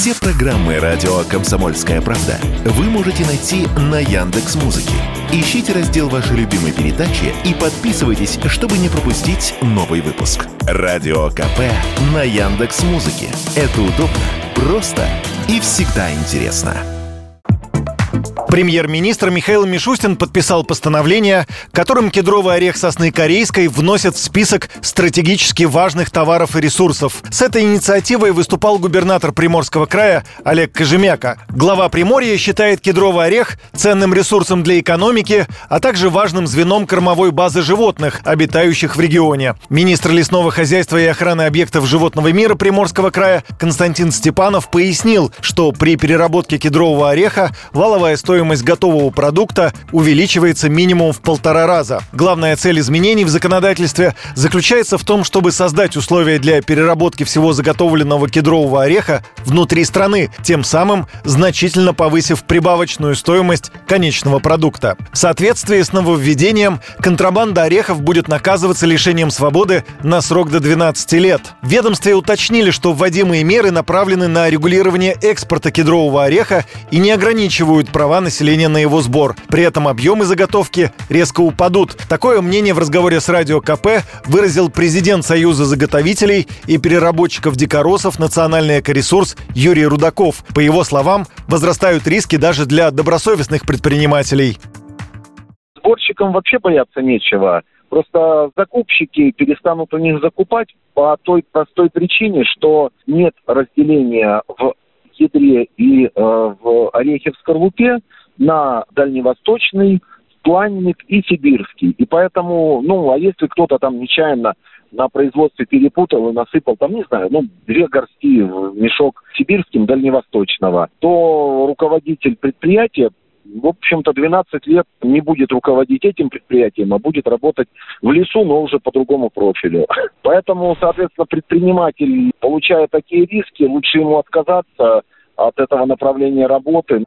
Все программы радио «Комсомольская правда» вы можете найти на Яндекс.Музыке. Ищите раздел вашей любимой передачи и подписывайтесь, чтобы не пропустить новый выпуск. Радио КП на Яндекс.Музыке. Это удобно, просто и всегда интересно. Премьер-министр Михаил Мишустин подписал постановление, которым кедровый орех сосны корейской вносят в список стратегически важных товаров и ресурсов. С этой инициативой выступал губернатор Приморского края Олег Кожемяка. Глава Приморья считает кедровый орех ценным ресурсом для экономики, а также важным звеном кормовой базы животных, обитающих в регионе. Министр лесного хозяйства и охраны объектов животного мира Приморского края Константин Степанов пояснил, что при переработке кедрового ореха валовая стоимость готового продукта увеличивается минимум в 1,5 раза. Главная цель изменений в законодательстве заключается в том, чтобы создать условия для переработки всего заготовленного кедрового ореха внутри страны, тем самым значительно повысив прибавочную стоимость конечного продукта. В соответствии с нововведением, контрабанда орехов будет наказываться лишением свободы на срок до 12 лет. В ведомстве уточнили, что вводимые меры направлены на регулирование экспорта кедрового ореха и не ограничивают права населения на его сбор. При этом объемы заготовки резко упадут. Такое мнение в разговоре с Радио КП выразил президент Союза заготовителей и переработчиков дикоросов «Национальный экоресурс» Юрий Рудаков. По его словам, возрастают риски даже для добросовестных предпринимателей. Сборщикам вообще бояться нечего. Просто закупщики перестанут у них закупать по той простой причине, что нет разделения в кедре и в орехе в скорлупе на дальневосточный, планник и сибирский. И поэтому, а если кто-то там нечаянно на производстве перепутал и насыпал, 2 горсти в мешок сибирским дальневосточного, то руководитель предприятия, в общем-то, 12 лет не будет руководить этим предприятием, а будет работать в лесу, но уже по другому профилю. Поэтому, соответственно, предприниматель, получая такие риски, лучше ему отказаться от этого направления работы.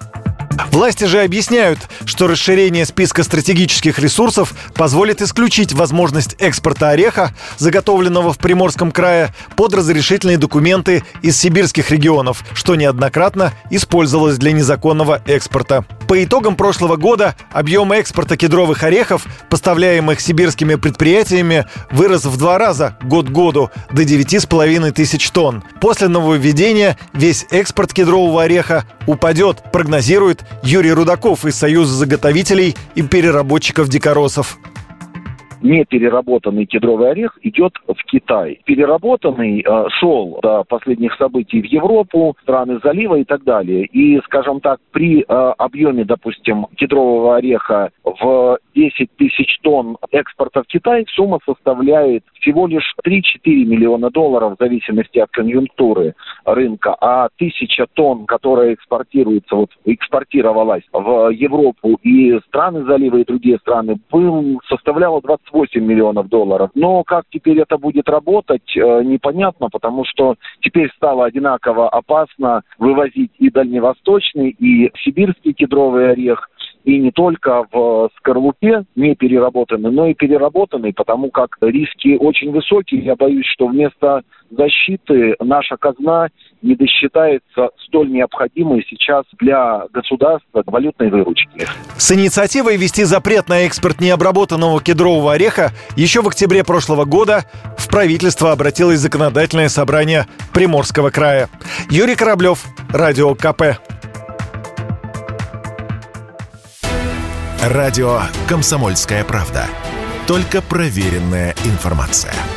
Власти же объясняют, что расширение списка стратегических ресурсов позволит исключить возможность экспорта ореха, заготовленного в Приморском крае, под разрешительные документы из сибирских регионов, что неоднократно использовалось для незаконного экспорта. По итогам прошлого года объем экспорта кедровых орехов, поставляемых сибирскими предприятиями, вырос в 2 раза год к году до 9,5 тысяч тонн. После нововведения весь экспорт кедрового ореха упадет, прогнозирует Юрий Рудаков из Союза заготовителей и переработчиков дикоросов. Непереработанный кедровый орех идет в Китай. Переработанный шел до последних событий в Европу, страны залива и так далее. И, скажем так, при объеме, допустим, кедрового ореха в 10 тысяч тонн экспорта в Китай сумма составляет всего лишь $3-4 миллиона в зависимости от конъюнктуры рынка. А 1000 тонн, которая экспортировалась в Европу и страны залива, и другие страны, составляла $28 миллионов. Но как теперь это будет работать, непонятно, потому что теперь стало одинаково опасно вывозить и дальневосточный, и сибирский кедровый орех, и не только в скорлупе не переработанный, но и переработанный, потому как риски очень высокие. Я боюсь, что вместо защиты наша казна не досчитается столь необходимой сейчас для государства валютной выручки. С инициативой ввести запрет на экспорт необработанного кедрового ореха еще в октябре прошлого года в правительство обратилось законодательное собрание Приморского края. Юрий Кораблев, Радио КП. Радио «Комсомольская правда». Только проверенная информация.